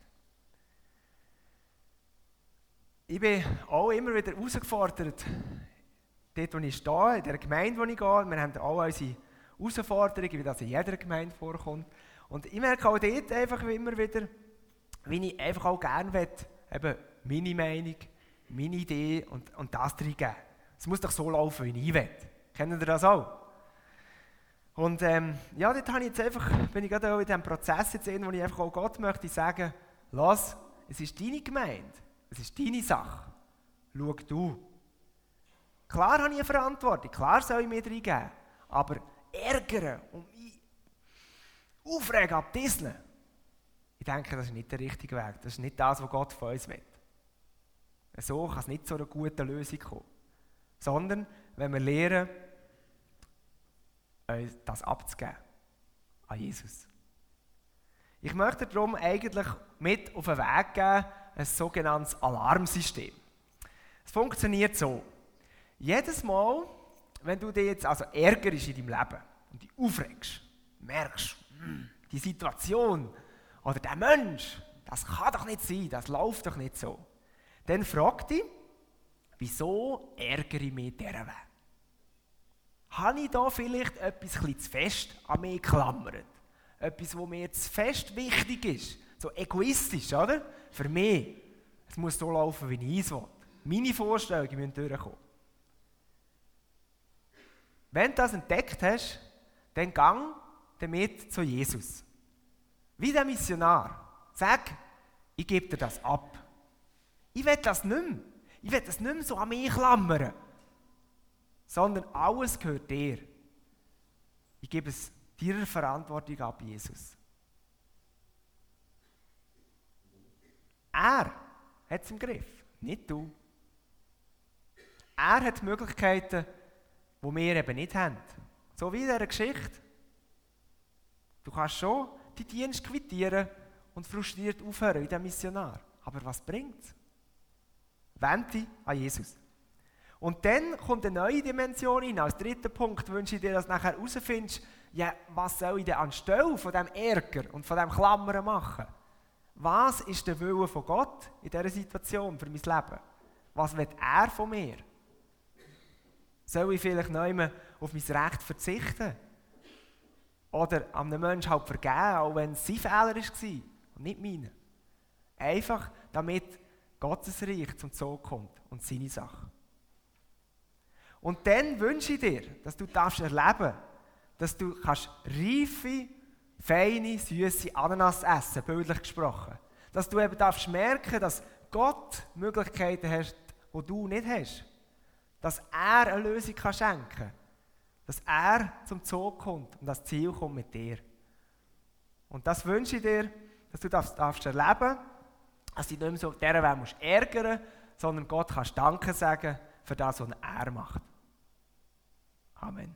C: Ich bin auch immer wieder herausgefordert, dort wo ich stehe, in der Gemeinde, wo ich gehe. Wir haben alle unsere Herausforderungen, wie das in jeder Gemeinde vorkommt. Und ich merke auch dort einfach immer wieder, wie ich einfach auch gerne will, eben meine Meinung, meine Idee und das reingeben. Es muss doch so laufen, wie ich will. Kennen ihr das auch? Und ja, dort habe ich jetzt einfach, bin ich gerade auch in diesem Prozess jetzt wo ich einfach auch Gott möchte sagen, lass, es ist deine Gemeinde, es ist deine Sache. Schau du. Klar habe ich eine Verantwortung, klar soll ich mir reingeben, aber ärgern und mich aufregen, abdisseln, ich denke, das ist nicht der richtige Weg. Das ist nicht das, was Gott von uns will. So kann es nicht zu einer guten Lösung kommen. Sondern, wenn wir lernen, uns das abzugeben an Jesus. Ich möchte darum eigentlich mit auf den Weg geben, ein sogenanntes Alarmsystem. Es funktioniert so. Jedes Mal, wenn du dich jetzt also ärgerst in deinem Leben und dich aufregst, merkst, die Situation oder der Mensch, das kann doch nicht sein, das läuft doch nicht so. Dann frag dich, wieso ärgere ich mich dieser Weg? Habe ich da vielleicht etwas zu fest an mich geklammert? Etwas, was mir zu fest wichtig ist? So egoistisch, oder? Für mich. Es muss so laufen, wie ich es will. Meine Vorstellungen müssen durchkommen. Wenn du das entdeckt hast, dann gang damit zu Jesus. Wie der Missionar. Sag, ich gebe dir das ab. Ich will das nicht mehr. Ich will das nicht mehr so an mich klammern. Sondern alles gehört dir. Ich gebe es deiner Verantwortung ab, Jesus. Er hat es im Griff, nicht du. Er hat Möglichkeiten, die wir eben nicht haben. So wie in dieser Geschichte. Du kannst schon die Dienst quittieren und frustriert aufhören wie der Missionar. Aber was bringt es? Wende dich an Jesus. Und dann kommt eine neue Dimension rein. Als dritter Punkt wünsche ich dir, dass du nachher herausfindest, ja, was soll ich denn anstelle von diesem Ärger und von diesem Klammern machen? Was ist der Wille von Gott in dieser Situation für mein Leben? Was will er von mir? Soll ich vielleicht nicht mehr auf mein Recht verzichten? Oder einem Menschen halt vergeben, auch wenn es sein Fehler war und nicht meine? Einfach, damit Gottes Reich zum Zug kommt und seine Sache. Und dann wünsche ich dir, dass du erleben darfst, dass du reife, feine, süße Ananas essen, bildlich gesprochen. Dass du eben darfst merken, dass Gott Möglichkeiten hat, die du nicht hast. Dass er eine Lösung schenken kann. Dass er zum Zug kommt und das Ziel kommt mit dir. Und das wünsche ich dir, dass du das darfst erleben, dass du dich nicht mehr so auf dieser Welt ärgern musst, sondern Gott kannst Danke sagen für das, was er macht. Amen.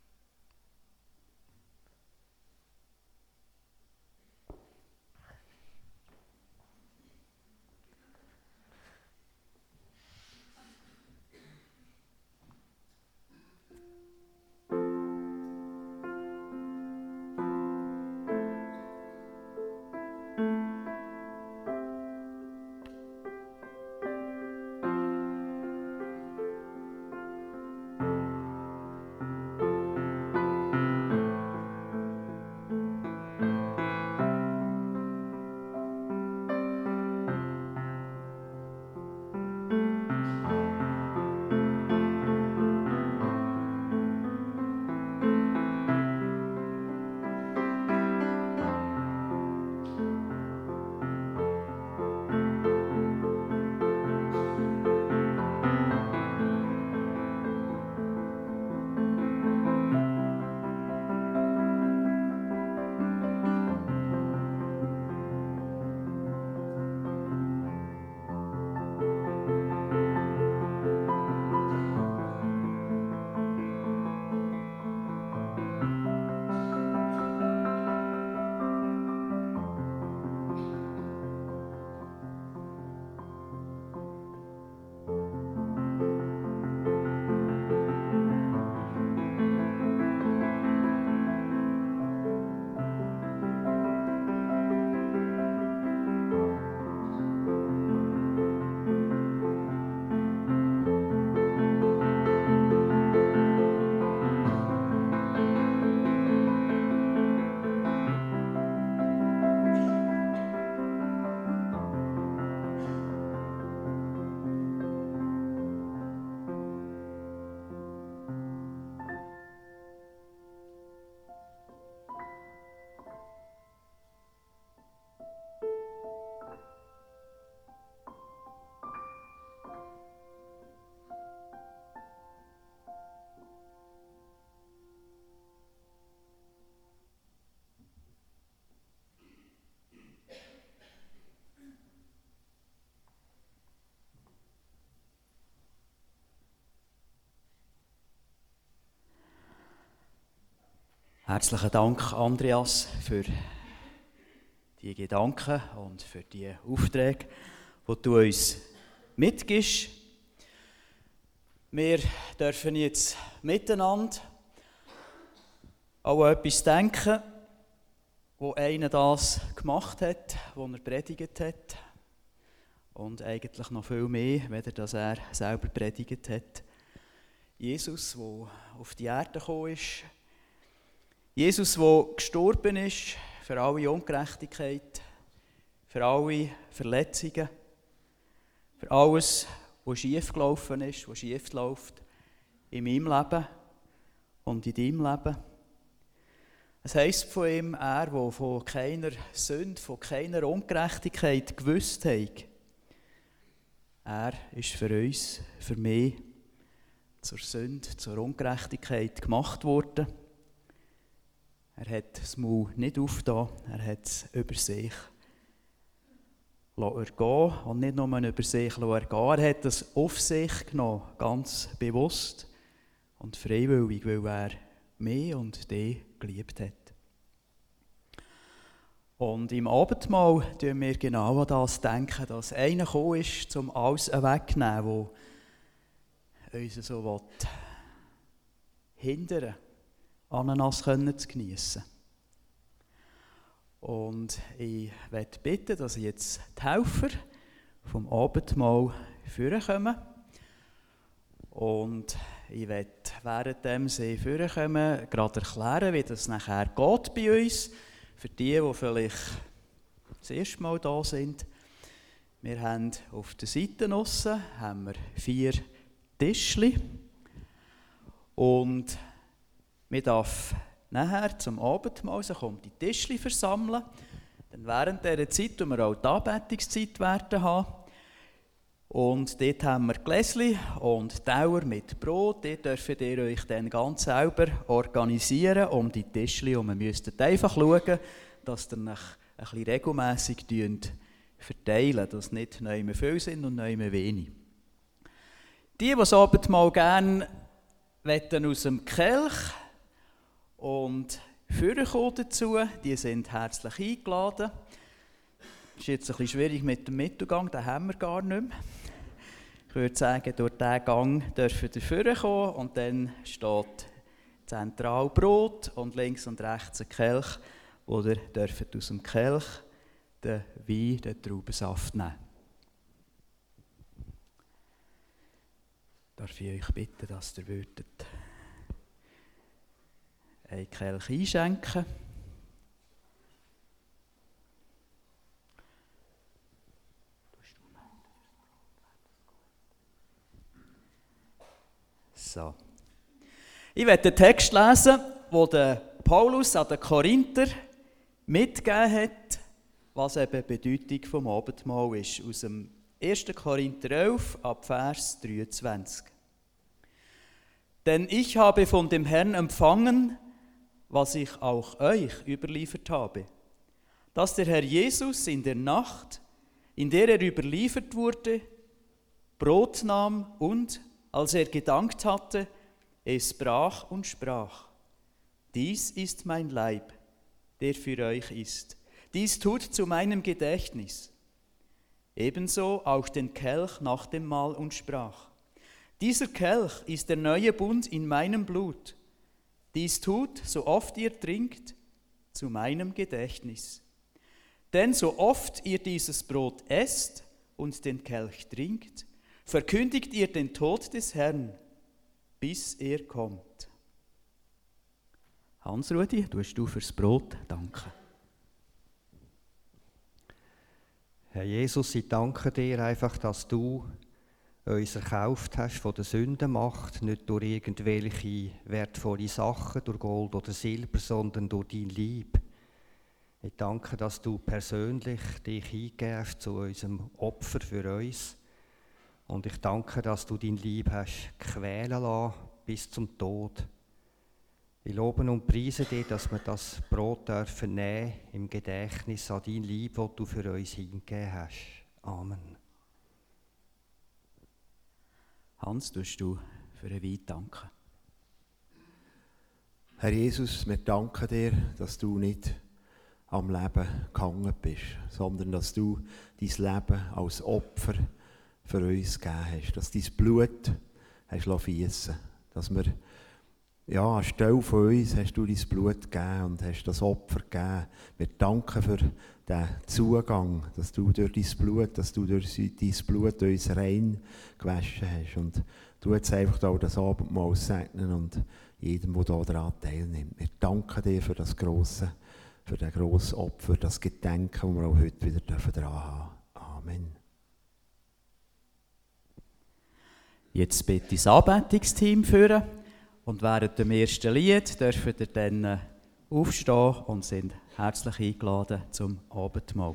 A: Herzlichen Dank, Andreas, für die Gedanken und für die Aufträge, die du uns mitgibst. Wir dürfen jetzt miteinander an etwas denken, wo einer das gemacht hat, wo er predigt hat. Und eigentlich noch viel mehr, weder dass er selber predigt hat. Jesus, der auf die Erde gekommen ist. Jesus, der gestorben ist für alle Ungerechtigkeit, für alle Verletzungen, für alles, was schief gelaufen ist, was schief läuft in meinem Leben und in deinem Leben. Es heisst von ihm, er, der von keiner Sünde, von keiner Ungerechtigkeit gewusst hat, er ist für uns, für mich, zur Sünde, zur Ungerechtigkeit gemacht worden. Er hat das Maul nicht aufgetan, er hat es über sich ergehen und nicht nur über sich ergehen, er hat es auf sich genommen, ganz bewusst und freiwillig, weil er mich und dich geliebt hat. Und im Abendmahl denken wir genau an das denken, dass einer gekommen ist, um alles wegzunehmen, was uns so hindern, Ananas zu geniessen. Und ich möchte bitten, dass jetzt die Helfer vom Abendmahl vorkommen. Und ich möchte, währenddem sie vorkommen, gerade erklären, wie das nachher geht bei uns. Für die vielleicht das erste Mal da sind. Wir haben auf der Seite aussen 4 Tischchen. Und man darf nachher zum Abendmahl sich um die Tischli versammeln. Dann während dieser Zeit werden wir auch die Anbetungszeit haben. Und dort haben wir Gläschen und Teller mit Brot. Dort dürft ihr euch dann ganz selber organisieren um die Tischli. Und wir müsst einfach schauen, dass ihr euch ein bisschen regelmässig verteilen, dass nicht neu mehr viel sind und neu mehr wenig. Die das Abendmahl gerne aus dem Kelch und vorkommen dazu, die sind herzlich eingeladen. Es ist jetzt ein bisschen schwierig mit dem Mittelgang, den haben wir gar nicht mehr. Ich würde sagen, durch diesen Gang dürfen ihr vorkommen und dann steht zentral Brot und links und rechts ein Kelch, wo ihr dürft aus dem Kelch den Wein, den Traubensaft nehmen. Darf ich euch bitten, dass ihr würdet einen Kelch einschenken. So. Ich werde den Text lesen, den der Paulus an den Korinther mitgegeben hat, was eben die Bedeutung vom Abendmahl ist. Aus dem 1. Korinther 11 ab Vers 23. Denn ich habe von dem Herrn empfangen, was ich auch euch überliefert habe, dass der Herr Jesus in der Nacht, in der er überliefert wurde, Brot nahm und, als er gedankt hatte, es brach und sprach: Dies ist mein Leib, der für euch ist. Dies tut zu meinem Gedächtnis. Ebenso auch den Kelch nach dem Mahl und sprach: Dieser Kelch ist der neue Bund in meinem Blut. Dies tut, so oft ihr trinkt, zu meinem Gedächtnis. Denn so oft ihr dieses Brot esst und den Kelch trinkt, verkündigt ihr den Tod des Herrn, bis er kommt. Hans-Rudi, tust du fürs Brot danken.
D: Herr Jesus, ich danke dir einfach, dass du uns erkauft hast von der Sündenmacht, nicht durch irgendwelche wertvolle Sachen, durch Gold oder Silber, sondern durch dein Leib. Ich danke, dass du persönlich dich eingegeben hast zu unserem Opfer für uns. Und ich danke, dass du dein Leib hast quälen lassen bis zum Tod. Ich lobe und preise dich, dass wir das Brot dürfen nehmen im Gedächtnis an dein Leib, das du für uns hingegeben hast. Amen.
A: Hans, tust du für den Wein danken?
E: Herr Jesus, wir danken dir, dass du nicht am Leben gehangen bist, sondern dass du dein Leben als Opfer für uns gegeben hast, dass dein Blut hast fliessen, dass wir, ja, anstelle von uns hast du dein Blut gegeben und hast das Opfer gegeben. Wir danken für den Zugang, dass du durch dein Blut uns rein gewaschen hast. Und du jetzt einfach auch das Abendmahl segnen und jedem, der daran teilnimmt. Wir danken dir für das grosse Opfer, das Gedenken, das wir auch heute wieder dran haben. Amen.
A: Jetzt bitte das Anbetungsteam führen und während dem ersten Lied dürfen ihr dann aufstehen und sind herzlich eingeladen zum Abendmahl.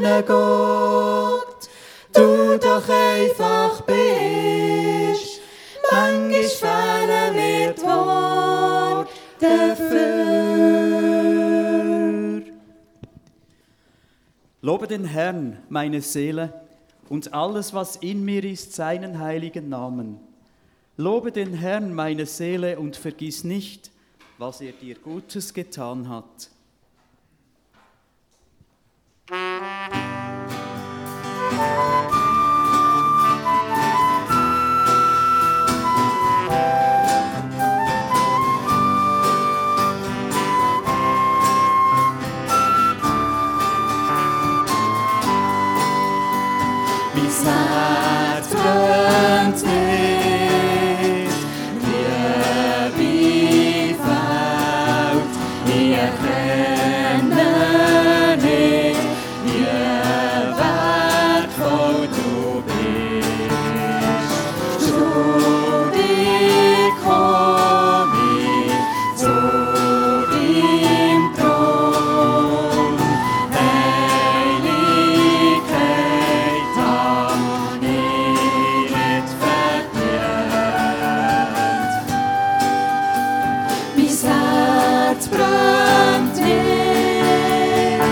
F: schöner Gott, du doch einfach bist. Manchmal fehlen mir die Worte dafür.
A: Lobe den Herrn, meine Seele, und alles, was in mir ist, seinen heiligen Namen. Lobe den Herrn, meine Seele, und vergiss nicht, was er dir Gutes getan hat.
F: Herz brennt nicht, Liebe fällt, ich erkenne nicht, wie wertvoll du bist. Schuldig komm ich zu deinem Thron, Heiligkeit hab ich nicht verdient. Mein Herz brennt nicht,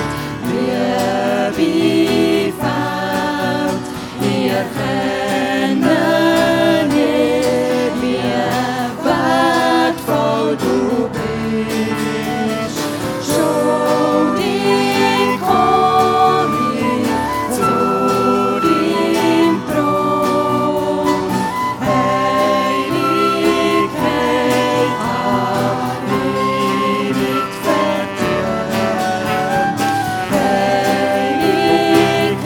F: Liebe fällt, ich erkenne nicht, wie wertvoll du bist. Schuldig komm ich zu deinem Thron, Heiligkeit hab ich nicht verdient. Heiligkeit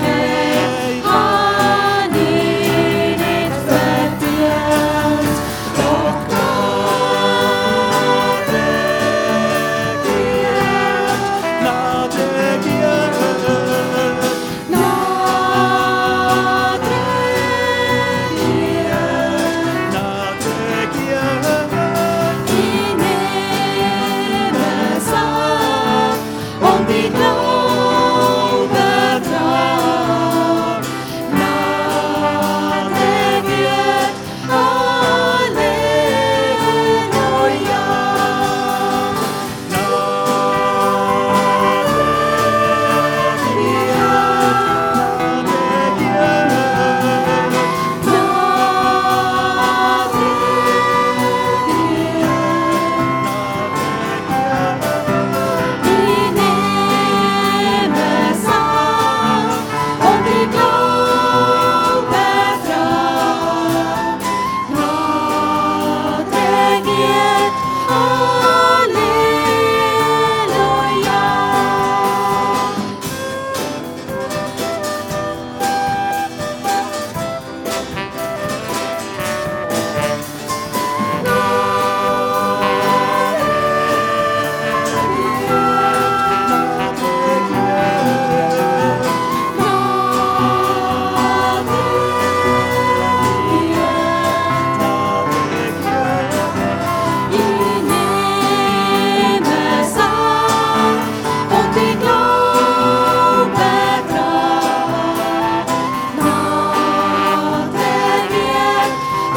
F: hab ich nicht verdient. Doch Gnade gibt, Gnade gibt, ich nehme es an und ich glaube dran. Gnade gibt, Halleluja. Ich nehme es an und ich glaube dran. Gnade gibt, Halleluja. Ich nehme es an und ich glaube dran. Gnade gibt,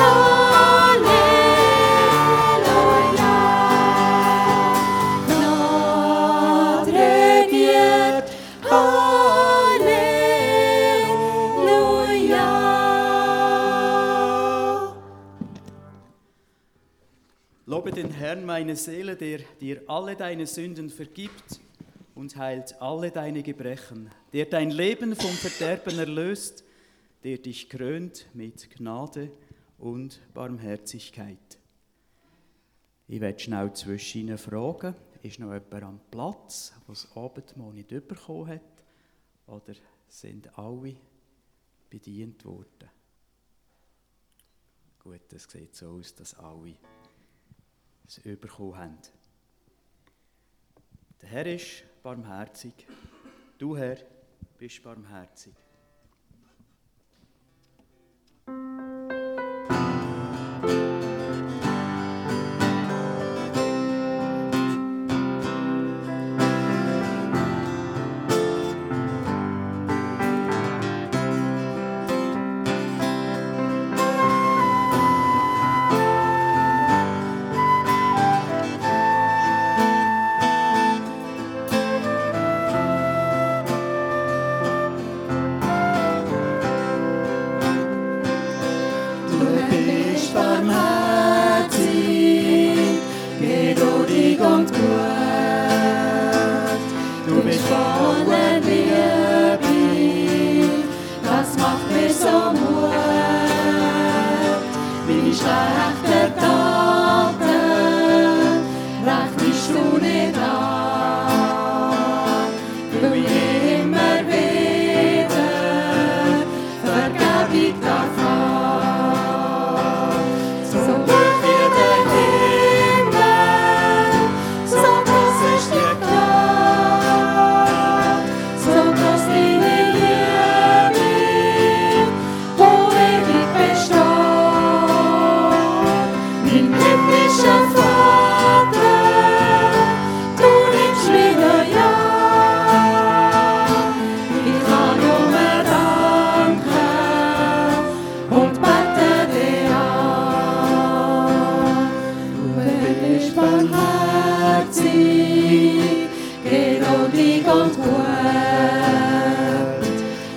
F: Halleluja. Gnade gibt, Halleluja.
A: Lobe den Herrn, meine Seele, der dir alle deine Sünden vergibt und heilt alle deine Gebrechen, der dein Leben vom Verderben erlöst, der dich krönt mit Gnade und Barmherzigkeit. Ich werde schnell zwischen Ihnen fragen, ist noch jemand am Platz, der das Abendmahl nicht bekommen hat? Oder sind alle bedient worden? Gut, es sieht so aus, dass alle es bekommen haben. Der Herr ist barmherzig. Du, Herr, bist barmherzig.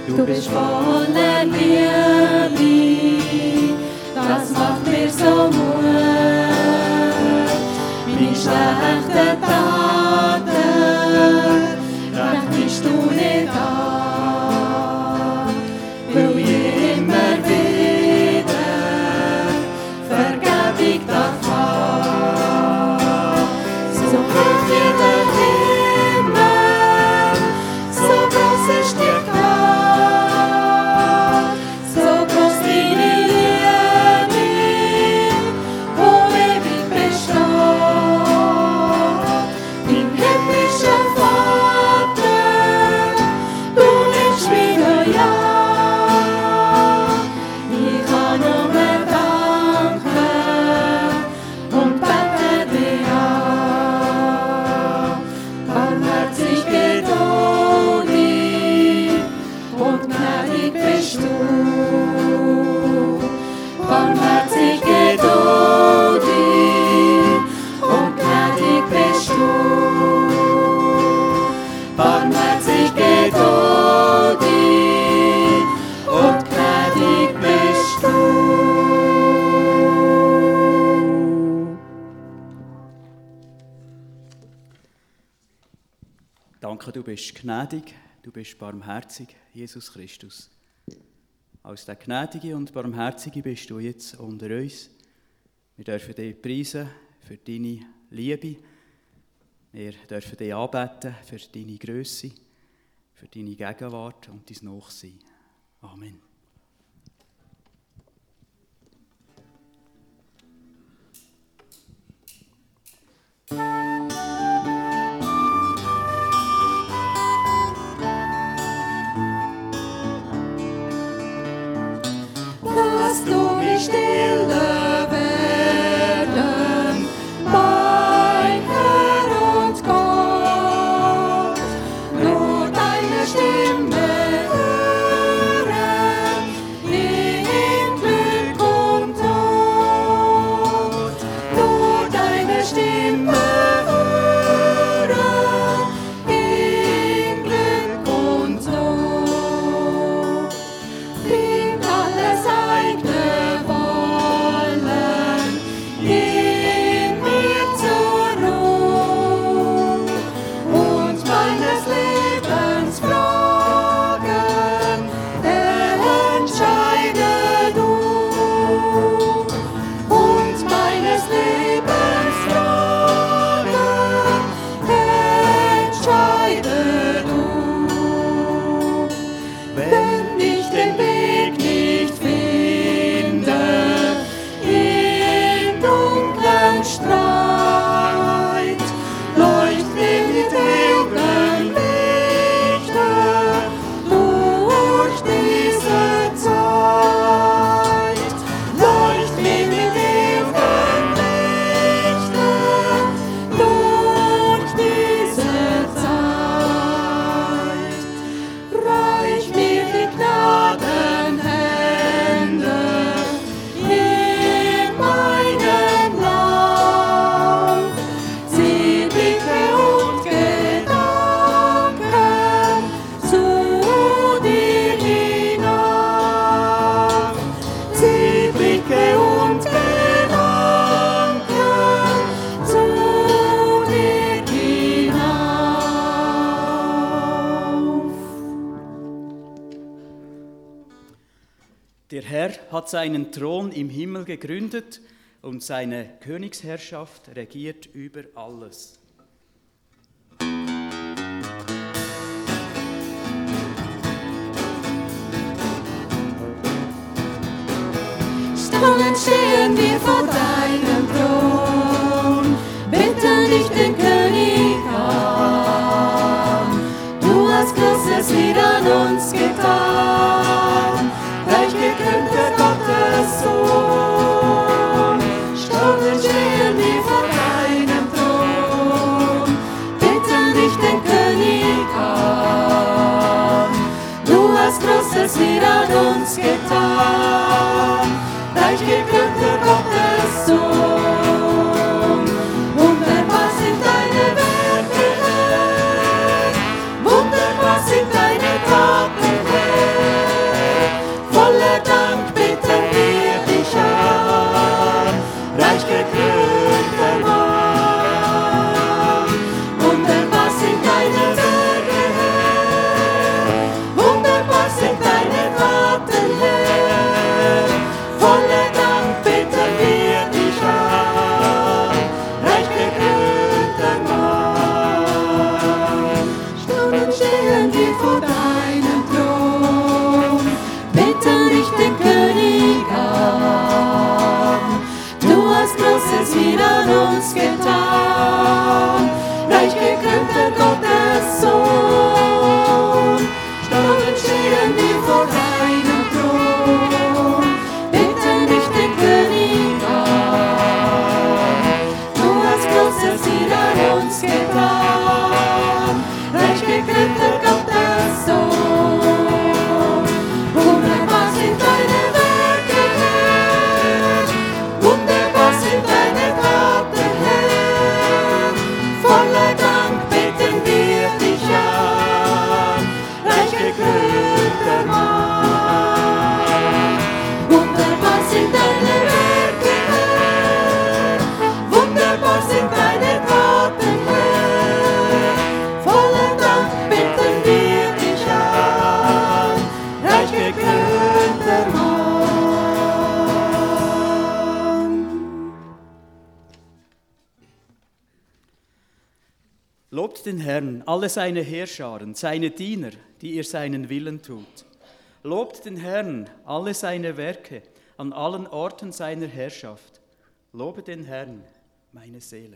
F: Du bist voller Liebe, das macht mir so Mut. Meine schlechten Taten rechnest du nicht an, weil ich immer wieder Vergebung darf haben. So hoch wie der Himmel, so groß ist die Gnade, so groß deine Liebe, wo ewig besteht. Mein himmlischer Vater, du nimmst wieder ja. Ich kann nur mehr danken und bete dir an. Barmherzig, geduldig und gnädig bist du. Barmherzig, geduldig und gnädig bist du. Barmherzig, geduldig und gnädig bist du.
A: Danke, du bist gnädig, du bist barmherzig, Jesus Christus. Als der Gnädige und Barmherzige bist du jetzt unter uns. Wir dürfen dich preisen für deine Liebe. Wir dürfen dich anbeten für deine Grösse, für deine Gegenwart und dein Nachsein. Amen.
F: Lass du mich stille werden, mein Herr und Gott, nur deine Stimme hören, in Glück und Tod, nur deine Stimme hören, in Glück und Tod. Bring alles eigene Wollen in mir zur Ruhe und meines Lebens Fragen entscheide du. Und meines Lebens Fragen entscheide du. Wenn ich den Weg nicht finde, im dunklen Streit, leucht mir mit hellen Lichtern durch diese Zeit. Leucht mir mit hellen Lichtern durch diese Zeit. Reich mir die Gnadenhände in meinem Lauf. Sie Blicke und Gedanken zu dir hinauf. Sie Blicke und Gedanken zu dir hinauf.
A: Der Herr hat seinen Thron im Himmel gegründet und seine Königsherrschaft regiert über alles.
F: Staunend stehen wir vor deinem Thron, bitten dich den König an. Du hast Großes wieder an uns getan, reich gekrönter Gottes Sohn. Staunend stehen wir vor deinem Thron, bitten dich den König an. Du hast Großes wieder an uns getan, reich gekrönter Gottes Sohn. Wunderbar sind deine Werke, Herr, wunderbar sind deine Taten, Herr.
A: den Herrn, alle seine Heerscharen, seine Diener, die ihr seinen Willen tut. Lobt den Herrn, alle seine Werke, an allen Orten seiner Herrschaft. Lobe den Herrn, meine Seele.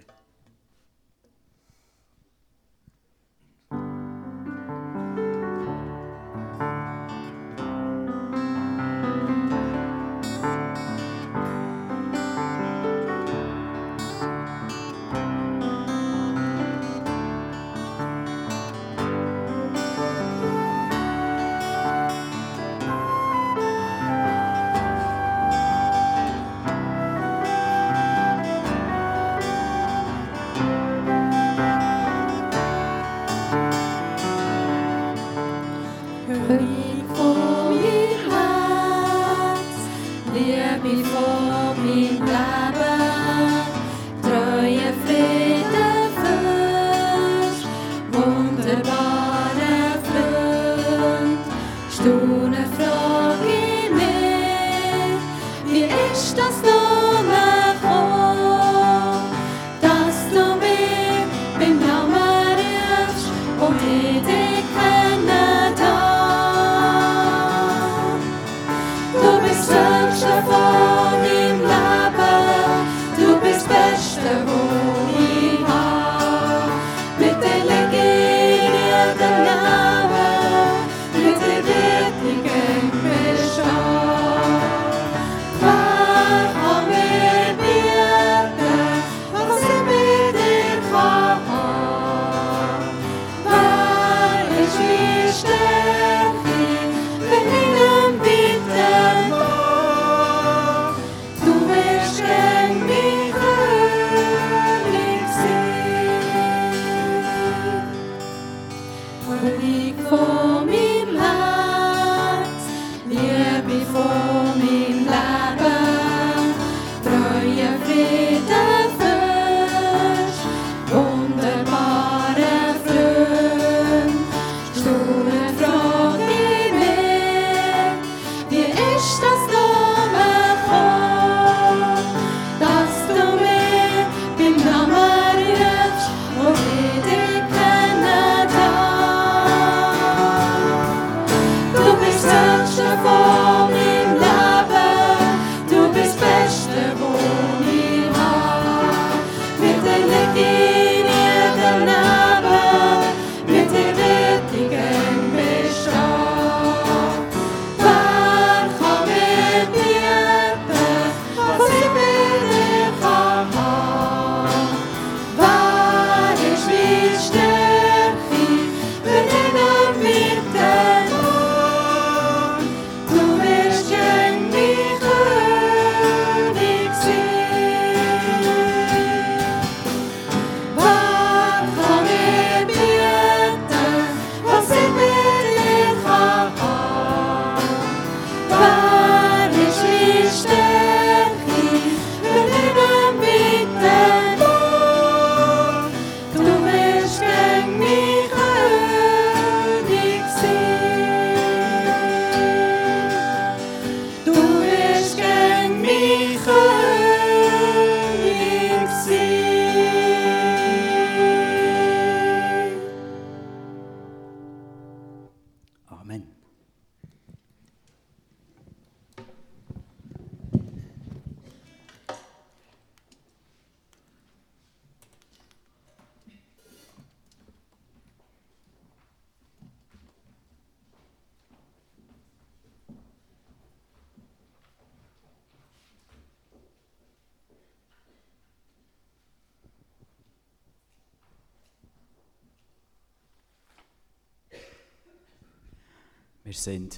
A: Wir sind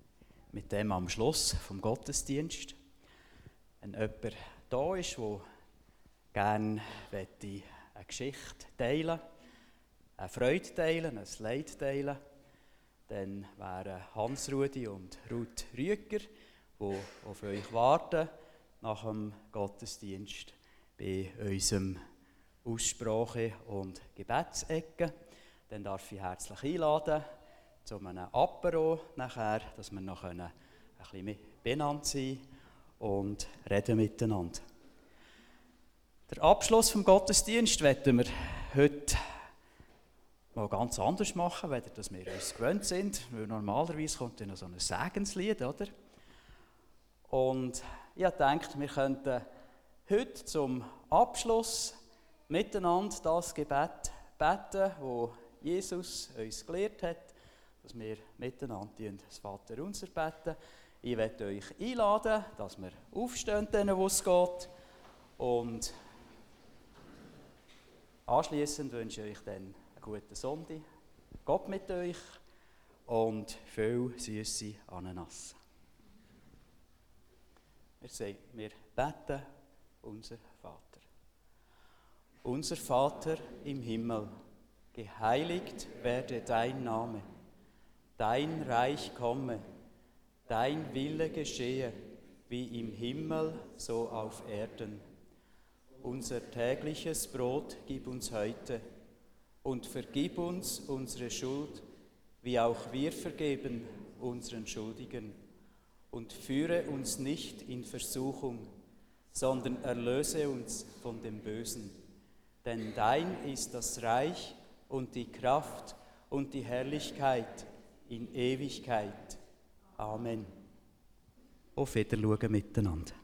A: mit dem am Schluss vom Gottesdienst. Wenn jemand da ist, der gerne eine Geschichte teilen möchte, eine Freude teilen, ein Leid teilen, dann wären Hans-Rudi und Ruth Rüeger, die auf euch warten, nach dem Gottesdienst bei unserem Aussprache- und Gebetsecke. Dann darf ich herzlich einladen zu einem Apero nachher, dass wir noch ein bisschen beieinander sein und reden miteinander. Der Abschluss vom Gottesdienst werden wir heute mal ganz anders machen, weder dass wir uns gewöhnt sind, weil normalerweise kommt dann noch so ein Segenslied, oder? Und ich habe gedacht, wir könnten heute zum Abschluss miteinander das Gebet beten, das Jesus uns gelehrt hat, dass wir miteinander das Vaterunser beten. Ich möchte euch einladen, dass wir aufstehen, denen, wo es geht. Und anschliessend wünsche ich euch dann einen guten Sonntag. Gott mit euch und viel süße Ananas. Wir beten unser Vater. Unser Vater im Himmel, geheiligt werde dein Name. Dein Reich komme, dein Wille geschehe, wie im Himmel, so auf Erden. Unser tägliches Brot gib uns heute und vergib uns unsere Schuld, wie auch wir vergeben unseren Schuldigen. Und führe uns nicht in Versuchung, sondern erlöse uns von dem Bösen. Denn dein ist das Reich und die Kraft und die Herrlichkeit in Ewigkeit. Amen. Auf Wiedersehen miteinander.